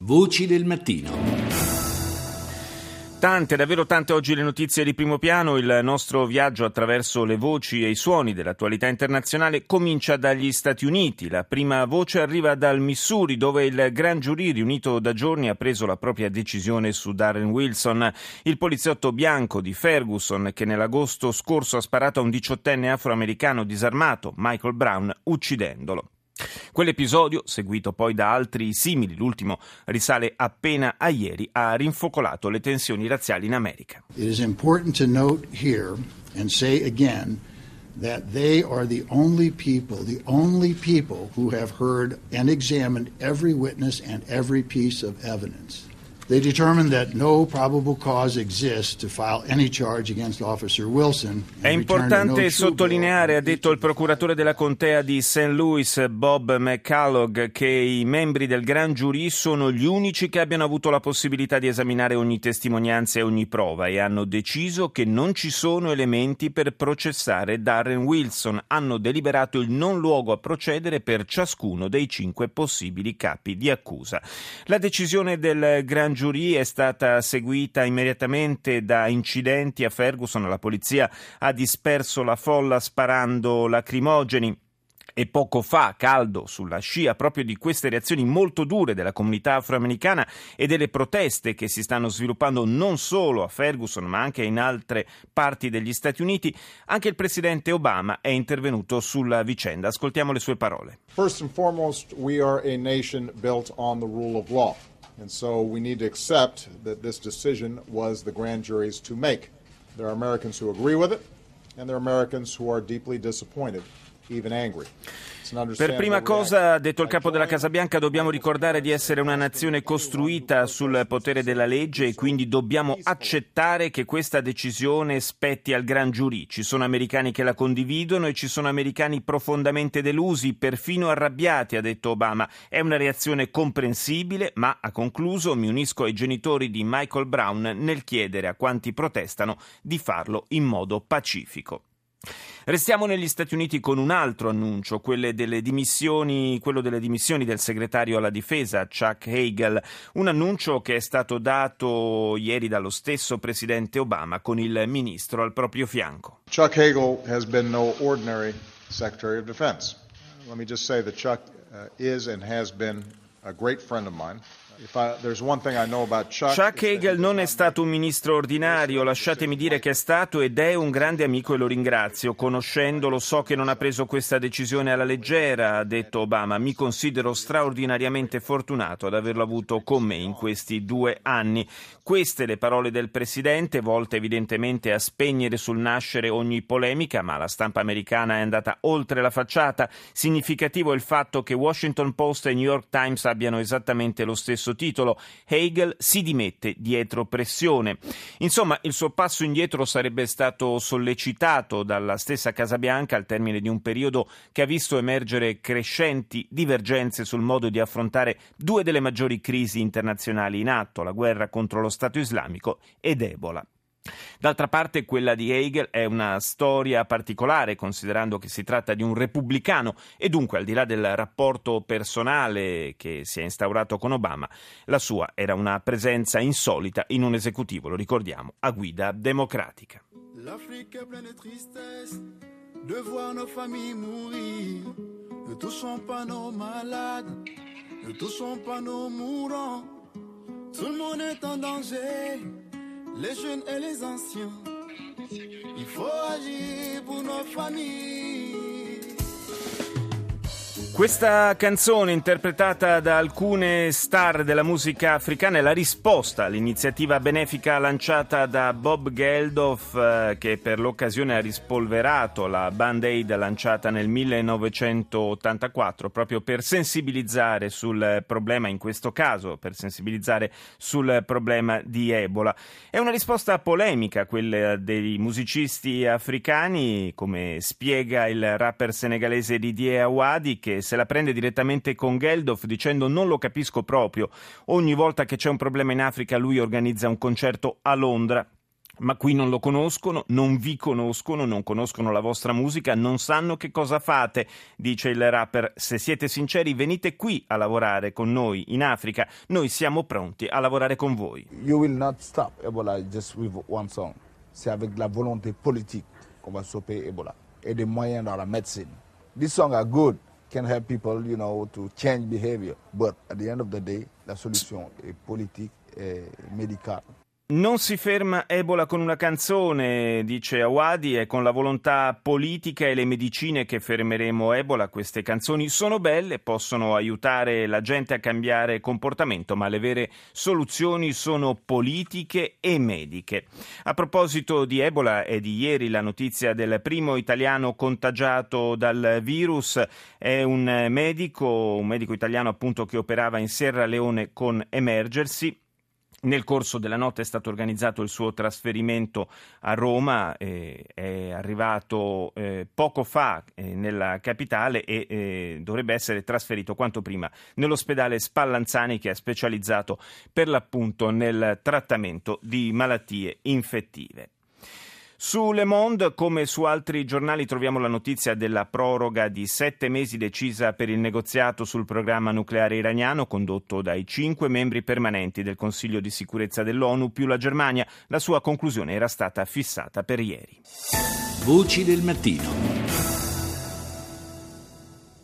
Voci del mattino. Tante, davvero tante oggi le notizie di primo piano. Il nostro viaggio attraverso le voci e i suoni dell'attualità internazionale comincia dagli Stati Uniti. La prima voce arriva dal Missouri, dove il Grand Jury riunito da giorni ha preso la propria decisione su Darren Wilson, il poliziotto bianco di Ferguson che nell'agosto scorso ha sparato a un 18enne afroamericano disarmato, Michael Brown, uccidendolo. Quell'episodio, seguito poi da altri simili, l'ultimo risale appena a ieri, ha rinfocolato le tensioni razziali in America. It is important to note here and say again that they are the only people who have heard and examined every witness and every piece of evidence. They determined that no probable cause exists to file any charge against Officer Wilson. È importante sottolineare, ha detto il procuratore della contea di St. Louis, Bob McCullough, che i membri del Grand Jury sono gli unici che abbiano avuto la possibilità di esaminare ogni testimonianza e ogni prova e hanno deciso che non ci sono elementi per processare Darren Wilson. Hanno deliberato il non luogo a procedere per ciascuno dei 5 possibili capi di accusa. La decisione del Grand Jury è stata seguita immediatamente da incidenti a Ferguson. La polizia ha disperso la folla sparando lacrimogeni. E poco fa, caldo sulla scia proprio di queste reazioni molto dure della comunità afroamericana e delle proteste che si stanno sviluppando non solo a Ferguson ma anche in altre parti degli Stati Uniti, anche il presidente Obama è intervenuto sulla vicenda. Ascoltiamo le sue parole. First and foremost, we are a nation built on the rule of law. And so we need to accept that this decision was the grand jury's to make. There are Americans who agree with it, and there are Americans who are deeply disappointed, even angry. Per prima cosa, ha detto il capo della Casa Bianca, dobbiamo ricordare di essere una nazione costruita sul potere della legge e quindi dobbiamo accettare che questa decisione spetti al Grand Jury. Ci sono americani che la condividono e ci sono americani profondamente delusi, perfino arrabbiati, ha detto Obama. È una reazione comprensibile, ma, ha concluso, mi unisco ai genitori di Michael Brown nel chiedere a quanti protestano di farlo in modo pacifico. Restiamo negli Stati Uniti con un altro annuncio, quello delle dimissioni del segretario alla difesa Chuck Hagel, un annuncio che è stato dato ieri dallo stesso presidente Obama con il ministro al proprio fianco. Chuck Hagel has been no ordinary Secretary of Defense. Let me just say that Chuck is and has been a great friend of mine. Chuck Hagel non è stato un ministro ordinario, lasciatemi dire che è stato ed è un grande amico e lo ringrazio. Conoscendolo so che non ha preso questa decisione alla leggera, ha detto Obama. Mi considero straordinariamente fortunato ad averlo avuto con me in questi 2 anni. Queste le parole del presidente, volte evidentemente a spegnere sul nascere ogni polemica, ma la stampa americana è andata oltre la facciata. Significativo è il fatto che Washington Post e New York Times abbiano esattamente lo stesso titolo: Hagel si dimette dietro pressione. Insomma, il suo passo indietro sarebbe stato sollecitato dalla stessa Casa Bianca al termine di un periodo che ha visto emergere crescenti divergenze sul modo di affrontare 2 delle maggiori crisi internazionali in atto, la guerra contro lo Stato islamico ed Ebola. D'altra parte quella di Hagel è una storia particolare, considerando che si tratta di un repubblicano e dunque, al di là del rapporto personale che si è instaurato con Obama, la sua era una presenza insolita in un esecutivo, lo ricordiamo, a guida democratica. L'Afrique est pleine de tristesse de voir nos familles mourir. Ne touchons pas nos malades, ne touchons pas nos mourants. Tout le monde est en danger. Les jeunes et les anciens, il faut agir pour nos familles. Questa canzone, interpretata da alcune star della musica africana, è la risposta all'iniziativa benefica lanciata da Bob Geldof, che per l'occasione ha rispolverato la Band-Aid lanciata nel 1984, proprio per sensibilizzare sul problema, in questo caso per sensibilizzare sul problema di Ebola. È una risposta polemica, quella dei musicisti africani, come spiega il rapper senegalese Didier Awadi, che se la prende direttamente con Geldof dicendo: non lo capisco proprio, ogni volta che c'è un problema in Africa lui organizza un concerto a Londra. Ma qui non lo conoscono, non vi conoscono, non conoscono la vostra musica, non sanno che cosa fate, dice il rapper. Se siete sinceri, venite qui a lavorare con noi in Africa, noi siamo pronti a lavorare con voi. You will not stop Ebola just with one song. C'est avec la volonté politique qu'on va stopper Ebola et des moyens dans la médecine. These songs are good, can help people, to change behavior, but at the end of the day, la solution est politique et médicale. Non si ferma Ebola con una canzone, dice Awadi, è con la volontà politica e le medicine che fermeremo Ebola. Queste canzoni sono belle, possono aiutare la gente a cambiare comportamento, ma le vere soluzioni sono politiche e mediche. A proposito di Ebola, è di ieri la notizia del primo italiano contagiato dal virus. È un medico italiano appunto che operava in Sierra Leone con Emergency. Nel corso della notte è stato organizzato il suo trasferimento a Roma, è arrivato poco fa nella capitale e dovrebbe essere trasferito quanto prima nell'ospedale Spallanzani, che è specializzato per l'appunto nel trattamento di malattie infettive. Su Le Monde, come su altri giornali, troviamo la notizia della proroga di 7 mesi decisa per il negoziato sul programma nucleare iraniano condotto dai 5 membri permanenti del Consiglio di sicurezza dell'ONU più la Germania. La sua conclusione era stata fissata per ieri. Voci del mattino.